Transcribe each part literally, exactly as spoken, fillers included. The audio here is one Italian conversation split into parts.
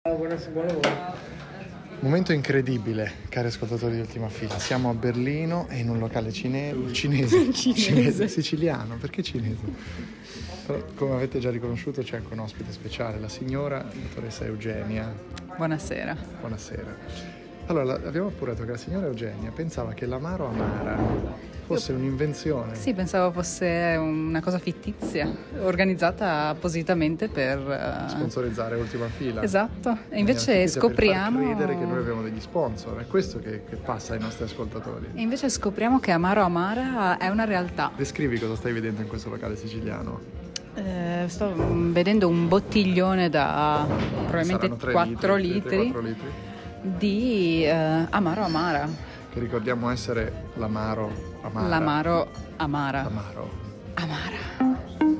Momento incredibile, cari ascoltatori di Ultima Fila. Siamo a Berlino e in un locale cine... cinese. cinese. cinese, siciliano, perché cinese? Però, come avete già riconosciuto, c'è anche un ospite speciale, la signora dottoressa Eugenia. Buonasera. Buonasera. Allora, abbiamo appurato che la signora Eugenia pensava che l'amaro amara fosse Io... un'invenzione. Sì, pensavo fosse una cosa fittizia, organizzata appositamente per... Uh... sponsorizzare Ultima Fila. Esatto, e invece scopriamo... Per far credere che noi abbiamo degli sponsor, è questo che, che passa ai nostri ascoltatori. E invece scopriamo che Amaro Amara è una realtà. Descrivi cosa stai vedendo in questo locale siciliano. Eh, sto vedendo un bottiglione da probabilmente quattro litri, quattro litri di eh, Amaro Amara. Che ricordiamo essere l'amaro amara. L'amaro amara. L'amaro amara.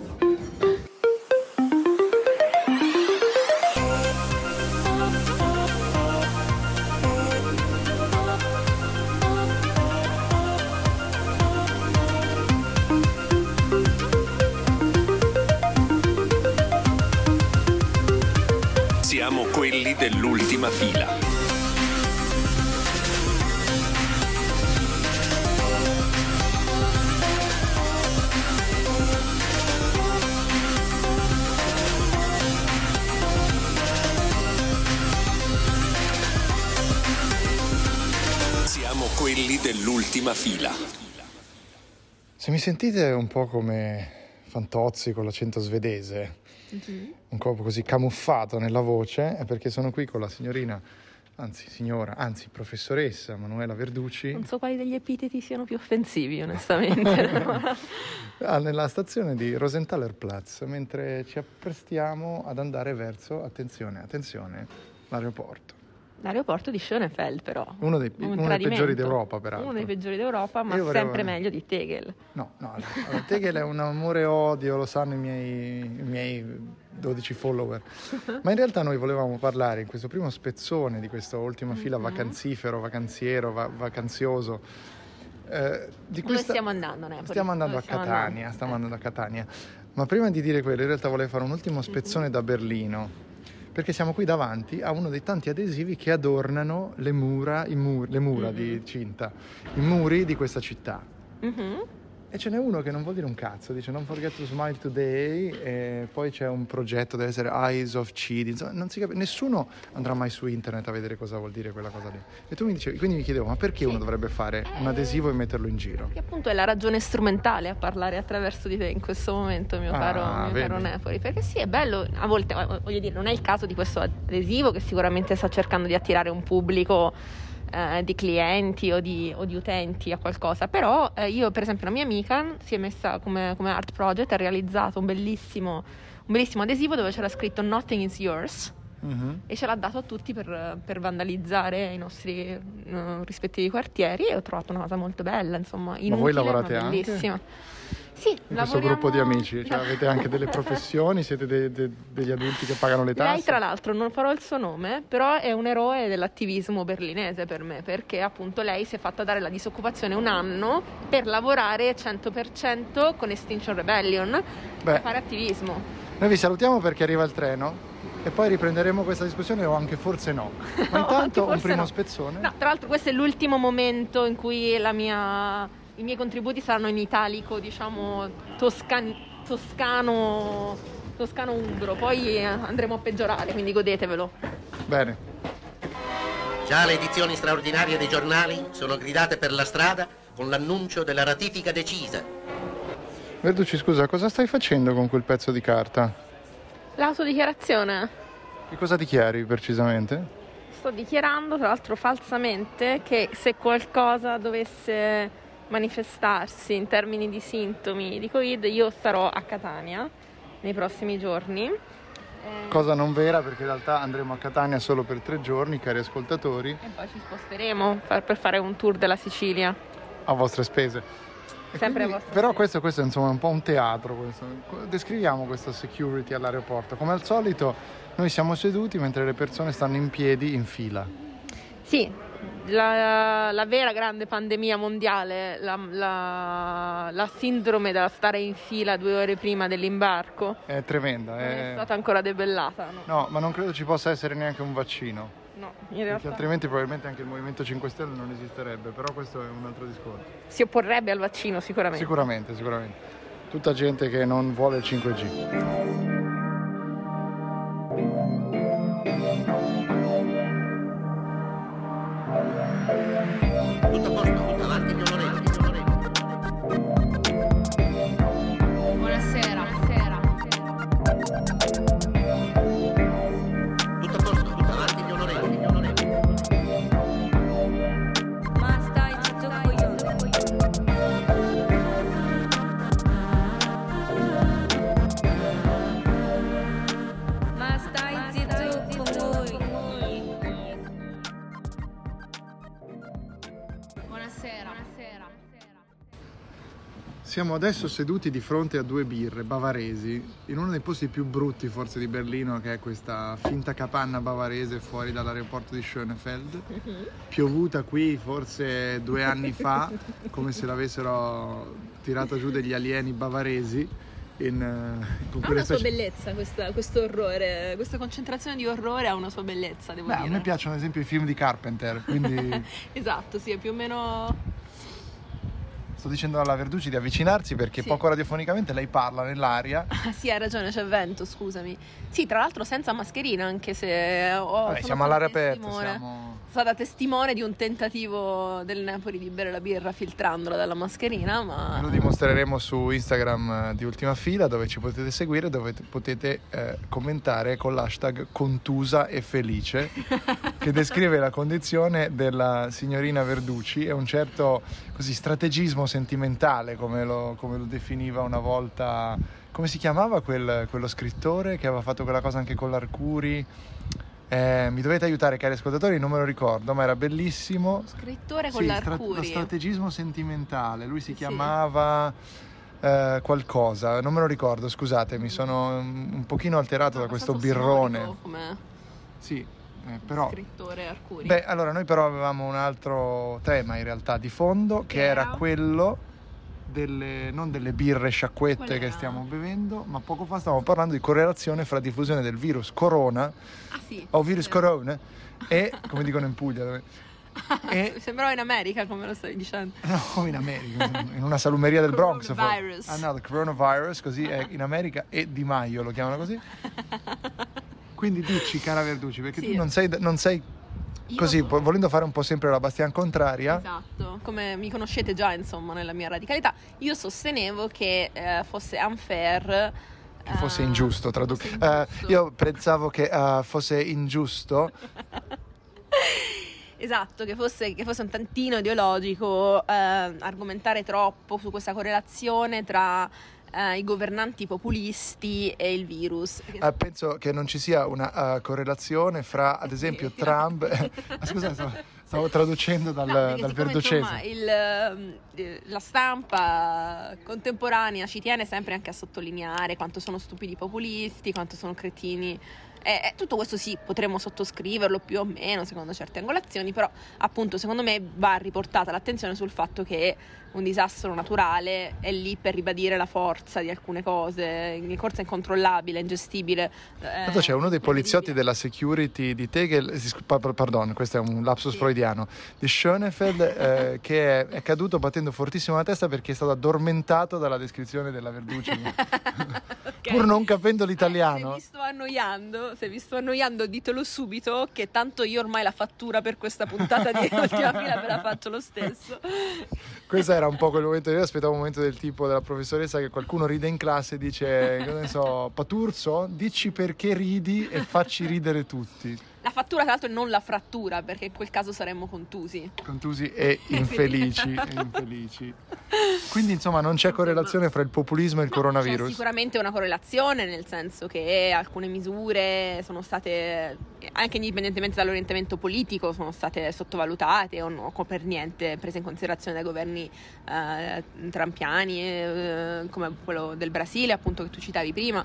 Siamo quelli dell'ultima fila. Siamo quelli dell'ultima fila. Se mi sentite un po' come Fantozzi con l'accento svedese, mm-hmm. un po' così camuffato nella voce, è perché sono qui con la signorina, anzi signora, anzi professoressa Manuela Verducci. Non so quali degli epiteti siano più offensivi, onestamente. ah, nella stazione di Rosenthaler Platz, mentre ci apprestiamo ad andare verso, attenzione, attenzione, l'aeroporto. L'aeroporto di Schönefeld, però. Uno dei, un uno dei peggiori d'Europa, peraltro. Uno dei peggiori d'Europa, ma vorrei... sempre meglio di Tegel. No, no, allora, Tegel è un amore e odio, lo sanno i miei, i miei dodici follower. Ma in realtà noi volevamo parlare in questo primo spezzone di questa ultima fila mm-hmm. vacanzifero, vacanziero, va- vacanzioso. Eh, di Dove questa... stiamo andando, Napoli? Stiamo andando Dove a stiamo Catania, andando? stiamo eh. andando a Catania. Ma prima di dire quello, in realtà volevo fare un ultimo spezzone mm-hmm. da Berlino. Perché siamo qui davanti a uno dei tanti adesivi che adornano le mura, i mur, le mura mm-hmm. di Cinta, i muri di questa città. Mm-hmm. E ce n'è uno che non vuol dire un cazzo, dice non forget to smile today, e poi c'è un progetto, deve essere Eyes of Chidi, insomma non si capisce, nessuno andrà mai su internet a vedere cosa vuol dire quella cosa lì. E tu mi dicevi, quindi mi chiedevo, ma perché sì. uno dovrebbe fare eh, un adesivo e metterlo in giro? Che appunto è la ragione strumentale a parlare attraverso di te in questo momento, mio, ah, caro, mio caro Napoli, perché sì, è bello, a volte, voglio dire, non è il caso di questo adesivo che sicuramente sta cercando di attirare un pubblico Eh, di clienti o di, o di utenti a qualcosa, però eh, io per esempio una mia amica si è messa come, come art project, ha realizzato un bellissimo un bellissimo adesivo dove c'era scritto Nothing is yours mm-hmm. e ce l'ha dato a tutti per, per vandalizzare i nostri uh, rispettivi quartieri, e ho trovato una cosa molto bella, insomma, inutile, ma voi lavorate ma bellissima. Anche? Sì, in lavoriamo... questo gruppo di amici, cioè avete anche delle professioni, siete de- de- degli adulti che pagano le tasse? Lei, tra l'altro, non farò il suo nome, però è un eroe dell'attivismo berlinese per me, perché appunto lei si è fatta dare la disoccupazione un anno per lavorare cento per cento con Extinction Rebellion. Beh, per fare attivismo. Noi vi salutiamo perché arriva il treno e poi riprenderemo questa discussione, o anche forse no. Ma intanto no, un primo no. spezzone. No, tra l'altro questo è l'ultimo momento in cui la mia... i miei contributi saranno in italico, diciamo toscan- toscano toscano-umbro, poi andremo a peggiorare, quindi godetevelo. Bene. Già le edizioni straordinarie dei giornali sono gridate per la strada con l'annuncio della ratifica decisa. Verducci, scusa, cosa stai facendo con quel pezzo di carta? L'autodichiarazione. Che cosa dichiari precisamente? Sto dichiarando, tra l'altro falsamente, che se qualcosa dovesse manifestarsi in termini di sintomi di Covid, io starò a Catania nei prossimi giorni. Cosa non vera, perché in realtà andremo a Catania solo per tre giorni, cari ascoltatori. E poi ci sposteremo per fare un tour della Sicilia. A vostre spese. E Sempre quindi, a vostre però spese. questo, questo è insomma un po' un teatro. Questo. Descriviamo questa security all'aeroporto. Come al solito noi siamo seduti mentre le persone stanno in piedi in fila. Sì, la, la vera grande pandemia mondiale, la, la, la sindrome da stare in fila due ore prima dell'imbarco è tremenda, non è... è stata ancora debellata. No? no, ma non credo ci possa essere neanche un vaccino. No, in realtà. Perché altrimenti probabilmente anche il Movimento cinque Stelle non esisterebbe, però questo è un altro discorso. Si opporrebbe al vaccino sicuramente. Sicuramente, sicuramente. Tutta gente che non vuole il cinque G. Tutto a posto, avanti gli onorevoli, gli onorevoli. Buonasera. Buonasera. Tutto a posto, avanti gli onorevoli, gli onorevoli. Ma stai zitto coglione. Ma stai zitto con voi. Buonasera. Siamo adesso seduti di fronte a due birre bavaresi in uno dei posti più brutti forse di Berlino, che è questa finta capanna bavarese fuori dall'aeroporto di Schönefeld, piovuta qui forse due anni fa come se l'avessero tirata giù degli alieni bavaresi. In, con ha una sua bellezza questa, questo orrore, questa concentrazione di orrore ha una sua bellezza, devo Beh, dire. a me piacciono ad esempio i film di Carpenter, quindi esatto, sì, è più o meno. sto dicendo alla Verducci di avvicinarsi perché Sì. poco radiofonicamente lei parla nell'aria. Ah, sì, hai ragione, c'è vento, scusami. Sì, tra l'altro senza mascherina, anche se ho Vabbè, sono siamo stata all'aria aperta, testimone- siamo... sono stata testimone di un tentativo del Napoli di bere la birra filtrandola dalla mascherina, ma Lo dimostreremo su Instagram eh, di Ultima Fila, dove ci potete seguire, dove t- potete eh, commentare con l'hashtag contusa e felice, che descrive la condizione della signorina Verducci e un certo così strategismo sentimentale, come lo, come lo definiva una volta, come si chiamava quel, quello scrittore che aveva fatto quella cosa anche con l'Arcuri. Eh, mi dovete aiutare, cari ascoltatori, non me lo ricordo, ma era bellissimo. scrittore con Sì, stra- l'Arcuri. lo strategismo sentimentale, lui si Sì. chiamava eh, qualcosa, non me lo ricordo, scusate, mi sono un un pochino alterato No, da questo abbastanza birrone. storico come Sì, eh, però... scrittore Arcuri. Beh, allora noi però avevamo un altro tema in realtà di fondo, che Che era era? quello delle, non delle birre sciacquette Qual che era? stiamo bevendo, ma poco fa stavamo parlando di correlazione fra diffusione del virus corona, Ah sì. o virus Sì. corona, e, come dicono in Puglia, dove- e- Sembrava in America, come lo stavi dicendo. no, in America, in una salumeria del Bronx. for- Coronavirus. Ah no, il coronavirus, così è in America, e Di Maio lo chiamano così. Quindi dici, cara Verducci, perché Sì. tu non sei, non sei Io- così, po- volendo fare un po' sempre la Bastian contraria. Esatto, come mi conoscete già, insomma, nella mia radicalità, io sostenevo che eh, fosse unfair. Che fosse eh, ingiusto, tradu- fosse Eh, ingiusto. io pensavo che eh, fosse ingiusto. Esatto, che fosse, che fosse un tantino ideologico eh, argomentare troppo su questa correlazione tra eh, i governanti populisti e il virus. Eh, penso che non ci sia una eh, correlazione fra, ad esempio, Trump. Ah, scusate, stavo, stavo traducendo dal, No, perché dal siccome, verducese. insomma, il, ehm, eh, la stampa contemporanea ci tiene sempre anche a sottolineare quanto sono stupidi i populisti, quanto sono cretini. E, e tutto questo sì, potremmo sottoscriverlo più o meno secondo certe angolazioni, però appunto secondo me va riportata l'attenzione sul fatto che un disastro naturale è lì per ribadire la forza di alcune cose, in corsa incontrollabile, ingestibile. Tanto c'è uno dei poliziotti della security di Tegel, si scu- pa- pardon, questo è un lapsus Sì. freudiano, di Schönefeld, eh, che è, è caduto battendo fortissimo la testa perché è stato addormentato dalla descrizione della Verducci. Ok. Pur non capendo Eh, l'italiano. se vi sto annoiando, se vi sto annoiando, ditelo subito, che tanto io ormai la fattura per questa puntata di Ultima Fila ve la faccio lo stesso. Questo era un po' quel momento, io aspettavo un momento del tipo della professoressa che qualcuno ride in classe e dice, che ne so, Paturzo, dici perché ridi e facci ridere tutti. La fattura tra l'altro e non la frattura, perché in quel caso saremmo contusi. Contusi e infelici, e infelici. Quindi insomma non c'è correlazione fra il populismo e il No, coronavirus. c'è sicuramente una correlazione, nel senso che alcune misure sono state, anche indipendentemente dall'orientamento politico, sono state sottovalutate o, no, o per niente prese in considerazione dai governi eh, trampiani, eh, come quello del Brasile, appunto, che tu citavi prima.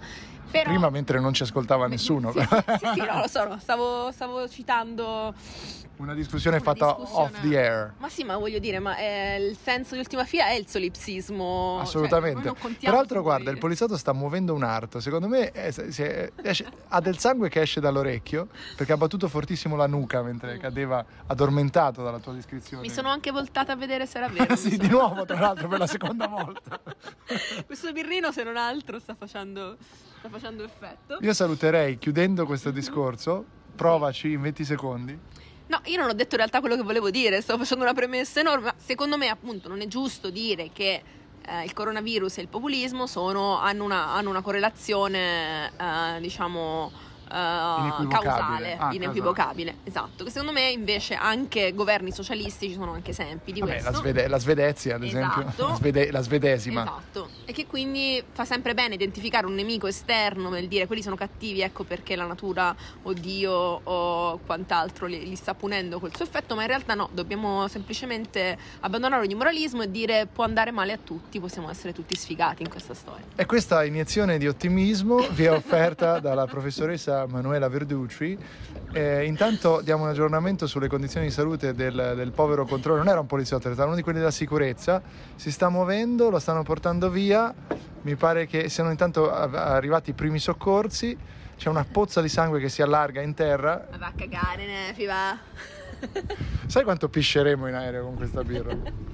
Però... Prima mentre non ci ascoltava nessuno. Sì, sì, sì, sì, no, lo so, no, stavo, stavo citando... Una discussione Una fatta discussione... off the air. Ma sì, ma voglio dire, ma è il senso di Ultima Fila è il solipsismo. Assolutamente. Cioè, Peraltro, guarda, il poliziotto sta muovendo un arto. Secondo me è, si è, esce, ha del sangue che esce dall'orecchio perché ha battuto fortissimo la nuca mentre cadeva addormentato dalla tua descrizione. Mi sono anche voltata a vedere se era vero. Sì, di nuovo, tra l'altro, per la seconda volta. Questo birrino, se non altro, sta facendo, sta facendo effetto. Io saluterei, chiudendo questo discorso, provaci in venti secondi. No, io non ho detto in realtà quello che volevo dire, sto facendo una premessa enorme, ma secondo me appunto non è giusto dire che eh, il coronavirus e il populismo sono, hanno, una, hanno una correlazione, eh, diciamo... Uh, causale, ah, inequivocabile, esatto. Che secondo me invece anche governi socialisti ci sono anche esempi di Vabbè, questo. La, Svede- la Svezia, ad esatto. esempio, la, svede- la svedesima. Esatto. E che quindi fa sempre bene identificare un nemico esterno nel dire quelli sono cattivi, ecco perché la natura o Dio o quant'altro li, li sta punendo col suo effetto, ma in realtà no, dobbiamo semplicemente abbandonare ogni moralismo e dire può andare male a tutti, possiamo essere tutti sfigati in questa storia. E questa iniezione di ottimismo vi è offerta dalla professoressa Manuela Verducci. Eh, intanto diamo un aggiornamento sulle condizioni di salute del, del povero controllore. Non era un poliziotto, era uno di quelli della sicurezza. Si sta muovendo, lo stanno portando via. Mi pare che siano intanto arrivati i primi soccorsi. C'è una pozza di sangue che si allarga in terra. Ma va a cagare, Nefi, va. Sai quanto pisceremo in aereo con questa birra?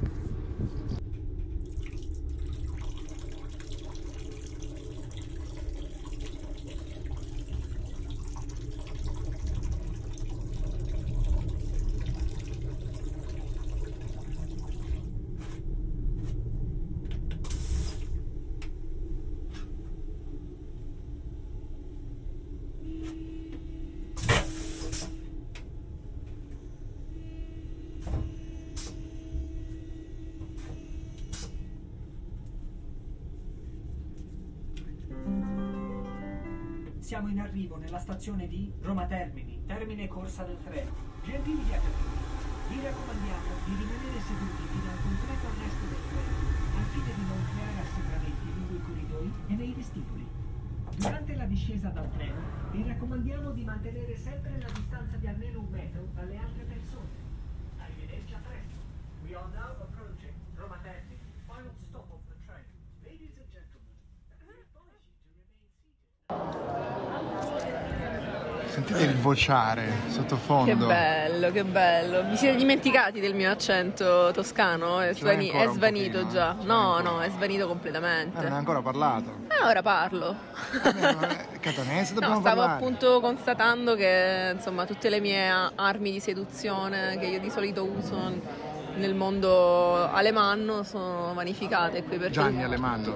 Siamo in arrivo nella stazione di Roma Termini, termine corsa del treno. Gentili viaggiatori, vi raccomandiamo di rimanere seduti fino al completo arresto del treno, al fine di non creare assembramenti lungo i corridoi e nei vestiboli. Durante la discesa dal treno, vi raccomandiamo di mantenere sempre la distanza di almeno un metro dalle altre persone. Arrivederci a presto. We are now approaching Roma Termini, final stop of the train. Ladies and gentlemen, we advise you to remain seated. Sentite il vociare sottofondo. Che bello, che bello. Vi siete dimenticati del mio accento toscano? È, svani- è svanito pochino, già. Eh? No, no, è svanito completamente. Eh, non hai ancora parlato. Eh, ora parlo. Eh, catanese dobbiamo no, stavo parlare. appunto constatando che insomma tutte le mie armi di seduzione che io di solito uso nel mondo alemanno sono vanificate qui perché... Gianni Alemanno.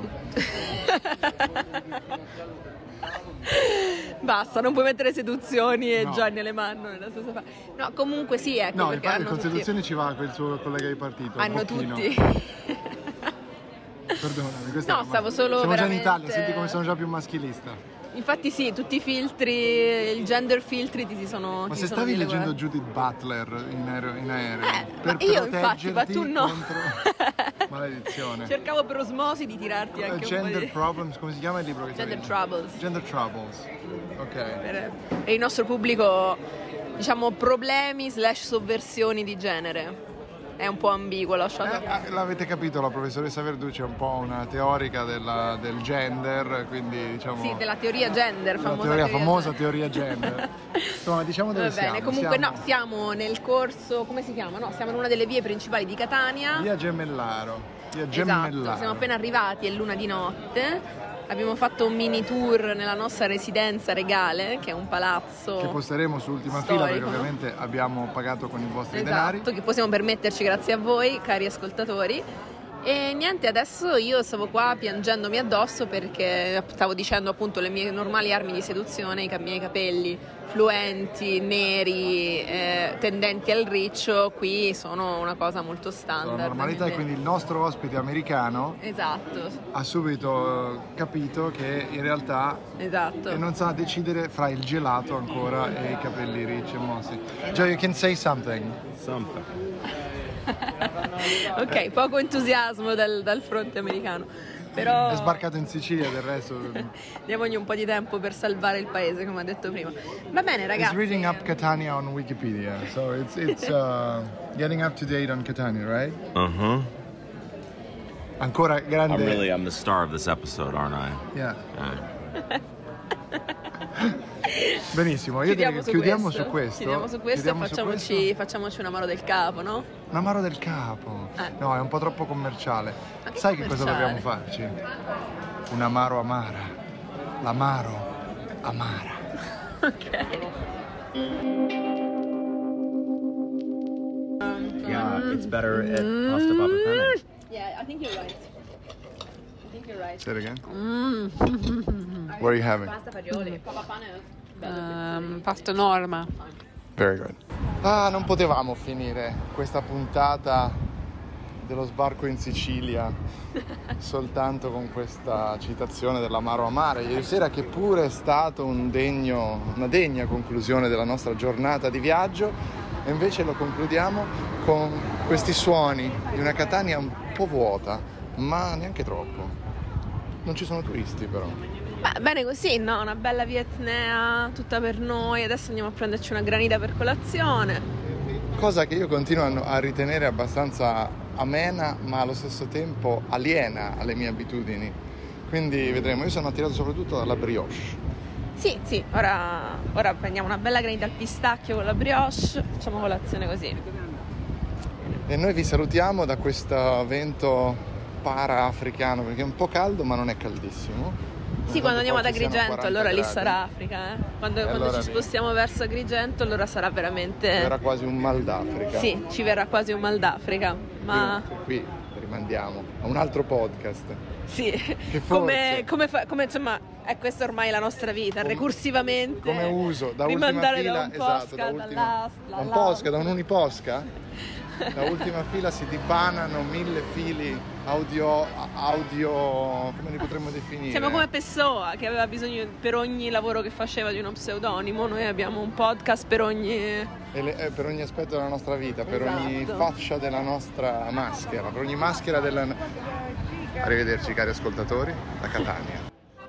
Basta, non puoi mettere seduzioni e no. Gianni Alemanno nella stessa fa- No, comunque sì, ecco. No, perché infatti hanno con tutti... seduzioni ci va quel suo collega di partito. Hanno Bocchino. tutti. Perdonami, questa No, è stavo solo Siamo veramente... già in Italia, senti come sono già più maschilista. Infatti sì, tutti i filtri, il gender filtri ti si sono... Ma ti se sono stavi dileguati. leggendo Judith Butler in aereo, in aereo Eh, per ma io infatti, ma tu no. Contro... Maledizione. Cercavo per osmosi di tirarti anche Gender un po' di... Problems, come si chiama il libro che Gender stai Troubles. Gender Troubles. Ok. Per, per il nostro pubblico, diciamo, problemi slash sovversioni di genere. È un po' ambiguo, lasciato. Eh, l'avete capito, la professoressa Verducci è un po' una teorica della, del gender, quindi diciamo... Sì, della teoria gender, la famosa teoria, teoria famosa gender. teoria gender. Insomma, diciamo dove Va bene, siamo. comunque siamo... no, siamo nel corso, come si chiama? No, siamo in una delle vie principali di Catania. Via Gemellaro. Via Gemellaro. Esatto, siamo appena arrivati, è luna di notte. Abbiamo fatto un mini tour nella nostra residenza regale, che è un palazzo che posteremo su Ultima storico. Fila, perché ovviamente abbiamo pagato con i vostri Esatto, denari. che possiamo permetterci grazie a voi, cari ascoltatori. E niente, adesso io stavo qua piangendomi addosso perché stavo dicendo appunto le mie normali armi di seduzione, i miei capelli fluenti, neri, eh, tendenti al riccio, qui sono una cosa molto standard. La normalità, e quindi il nostro ospite americano esatto. ha subito capito che in realtà esatto. e non sa decidere fra il gelato ancora e i capelli ricci e mossi. Joe, you can say something. Something. Ok, poco entusiasmo dal, dal fronte americano. Però è sbarcato in Sicilia, del resto diamogli un po' di tempo per salvare il paese, come ha detto prima. Va bene, ragazzi. It's reading up Catania on Wikipedia, so it's it's uh, getting up to date on Catania, right? Uh-huh. Ancora grande. I'm really I'm the star of this episode, aren't I? Yeah. Uh. Benissimo, io chiudiamo, direi, su, chiudiamo questo. su questo. Chiudiamo su questo chiudiamo e facciamoci, su questo. facciamoci un amaro del capo, no? Un amaro del capo. Eh. No, è un po' troppo commerciale. che Sai commerciale? che cosa dobbiamo farci? Un amaro amara. L'amaro amara. Ok. Yeah, it's better at pasta papa penne. Yeah, I think you're right. I think you're right. Say it again. Mm. What are you having? Pasta fagioli. Papa pane. Um, pasta norma. Very good. Ah, non potevamo finire questa puntata dello sbarco in Sicilia soltanto con questa citazione dell'amaro amare ieri sera, che pure è stato un degno, una degna conclusione della nostra giornata di viaggio, e invece lo concludiamo con questi suoni di una Catania un po' vuota, ma neanche troppo. Non ci sono turisti però. Beh, bene così, no? Una bella vietnea tutta per noi. Adesso andiamo a prenderci una granita per colazione. Cosa che io continuo a ritenere abbastanza amena, ma allo stesso tempo aliena alle mie abitudini. Quindi vedremo. Io sono attirato soprattutto dalla brioche. Sì, sì, ora, ora prendiamo una bella granita al pistacchio con la brioche, facciamo colazione così. E noi vi salutiamo da questo vento para-africano, perché è un po' caldo ma non è caldissimo. Sì, quando andiamo ad Poi ci siano Agrigento allora lì gradi. sarà Africa, eh? Quando, quando allora ci lì. spostiamo verso Agrigento allora sarà veramente... Era quasi un mal d'Africa. Sì, ci verrà quasi un mal d'Africa, ma... Qui rimandiamo a un altro podcast. Sì, Che come, forse- come, fa- come insomma, è questa ormai la nostra vita, Come- recursivamente Come uso, da ultima rimandare fila, da un esatto, posca, da ultima, dall'ast, da un dall'alt. posca, da un uniposca. Da ultima fila si dipanano mille fili audio, audio, come li potremmo definire? Siamo come Pessoa che aveva bisogno per ogni lavoro che faceva di uno pseudonimo, noi abbiamo un podcast per ogni... E le- eh, per ogni aspetto della nostra vita, per ogni Esatto. faccia della nostra maschera, per ogni maschera della... Arrivederci cari ascoltatori, da Catania.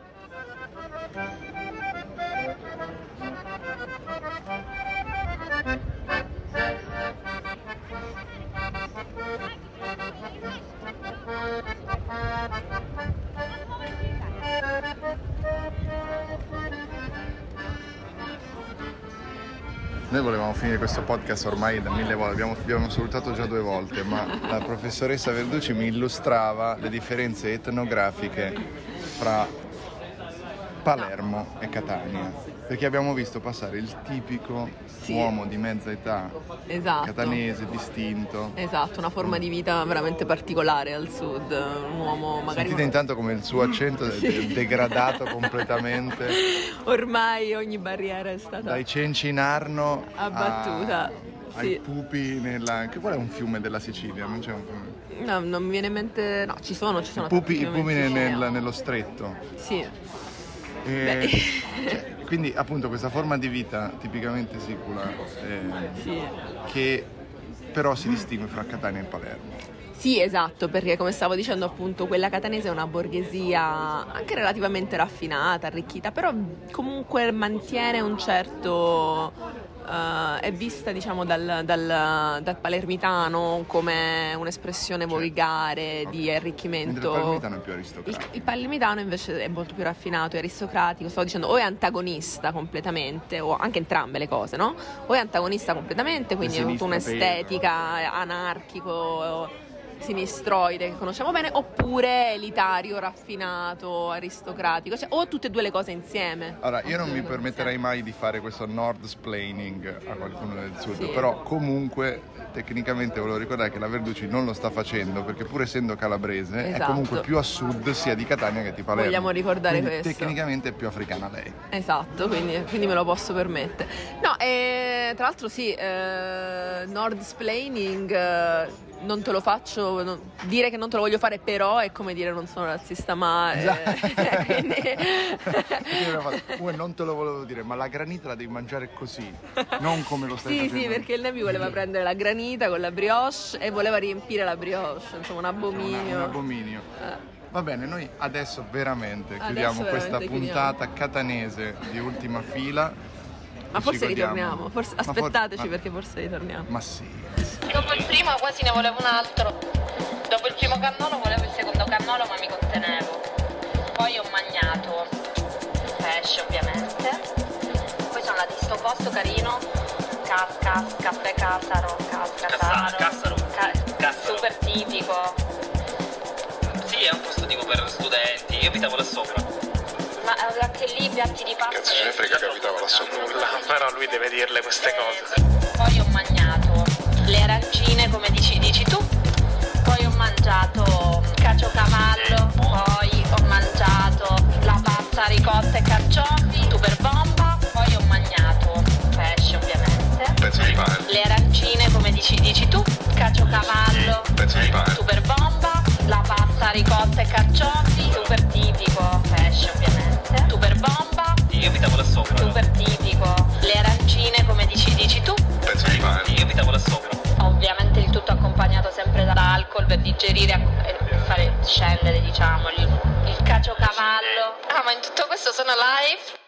Noi volevamo finire questo podcast ormai da mille volte, abbiamo, abbiamo salutato già due volte, ma la professoressa Verducci mi illustrava le differenze etnografiche fra Palermo e Catania, perché abbiamo visto passare il tipico Sì. uomo di mezza età, Esatto. catanese, distinto. Esatto, una forma di vita veramente particolare al sud, un uomo magari... Sentite intanto come il suo accento è de- degradato completamente Ormai ogni barriera è stata... dai cenci in Arno a- Abbattuta, ai sì. pupi nella... Che qual è un fiume della Sicilia? Non c'è un fiume. No, non mi viene in mente... No, ci sono, ci sono... I pupi, i tanti pupi in nel- Sicilia. nel- nello stretto. Sì. E, Beh. cioè, quindi appunto questa forma di vita tipicamente sicula eh, Sì. che però si distingue fra Catania e Palermo. Sì, esatto, perché come stavo dicendo appunto quella catanese è una borghesia anche relativamente raffinata, arricchita, però comunque mantiene un certo... Uh, è vista diciamo dal, dal, dal palermitano come un'espressione volgare Ok. di arricchimento. Mentre il palermitano è più Il, aristocratico. il palermitano invece è molto più raffinato e aristocratico, stavo dicendo o è antagonista completamente, o anche entrambe le cose, no? O è antagonista completamente, quindi Di è tutta sinistra un'estetica anarchico, sinistroide che conosciamo bene, oppure elitario, raffinato, aristocratico, cioè, o tutte e due le cose insieme. Allora, io non Tutte mi e due permetterei insieme. mai di fare questo nord-splaining a qualcuno del sud, Sì. però comunque tecnicamente volevo ricordare che la Verducci non lo sta facendo, perché pur essendo calabrese è Esatto. comunque più a sud sia di Catania che di Palermo. Vogliamo ricordare Quindi questo. tecnicamente è più africana lei. Esatto, quindi, quindi me lo posso permettere. No, e tra l'altro sì, eh, nord-splaining eh, non te lo faccio, non- dire che non te lo voglio fare però è come dire non sono razzista ma... eh, quindi... Uè, non te lo volevo dire, ma la granita la devi mangiare così, non come lo stai Sì, facendo. sì, perché il Nebi voleva prendere la granita con la brioche e voleva riempire la brioche, insomma un Una- abominio. un abominio. Eh. Va bene, noi adesso veramente Adesso chiudiamo veramente questa puntata chiudiamo. catanese di Ultima Fila. Ma forse ritorniamo, forse, aspettateci for- perché forse ritorniamo. Ma sì. Dopo il primo quasi ne volevo un altro. Dopo il primo cannolo volevo il secondo cannolo, ma mi contenevo. Poi ho mangiato pesce ovviamente. Poi sono andata in sto posto carino. Cas, cas, caffè Casaro, cas, Casaro. Cassaro. Ca- Cassaro. Super tipico. Sì, è un posto tipo per studenti. Io abitavo là sopra. Ma anche lì i piatti di pasta. Cazzo ce ne frega che abitava là sopra. Nulla, però lui deve dirle queste cose. Poi ho mangiato le arancine come dici, dici tu. Poi ho mangiato caciocavallo. Poi ho mangiato la pasta ricotta e carciofi, super bomba. Poi ho mangiato pesce ovviamente. Pezzo di pane. Le arancine come dici, dici tu. Caciocavallo. Pezzo di pane. Super bomba. La pasta ricotta e carciofi, super tipico. Pesce ovviamente. Super bomba. Io abitavo là sopra. Super tipico. Le arancine come dici, dici tu. Pezzo di pane. Io abitavo là sopra. Ovviamente il tutto accompagnato sempre dall'alcol per digerire e per fare scendere, diciamo, il, il caciocavallo. Ah, ma in tutto questo sono live?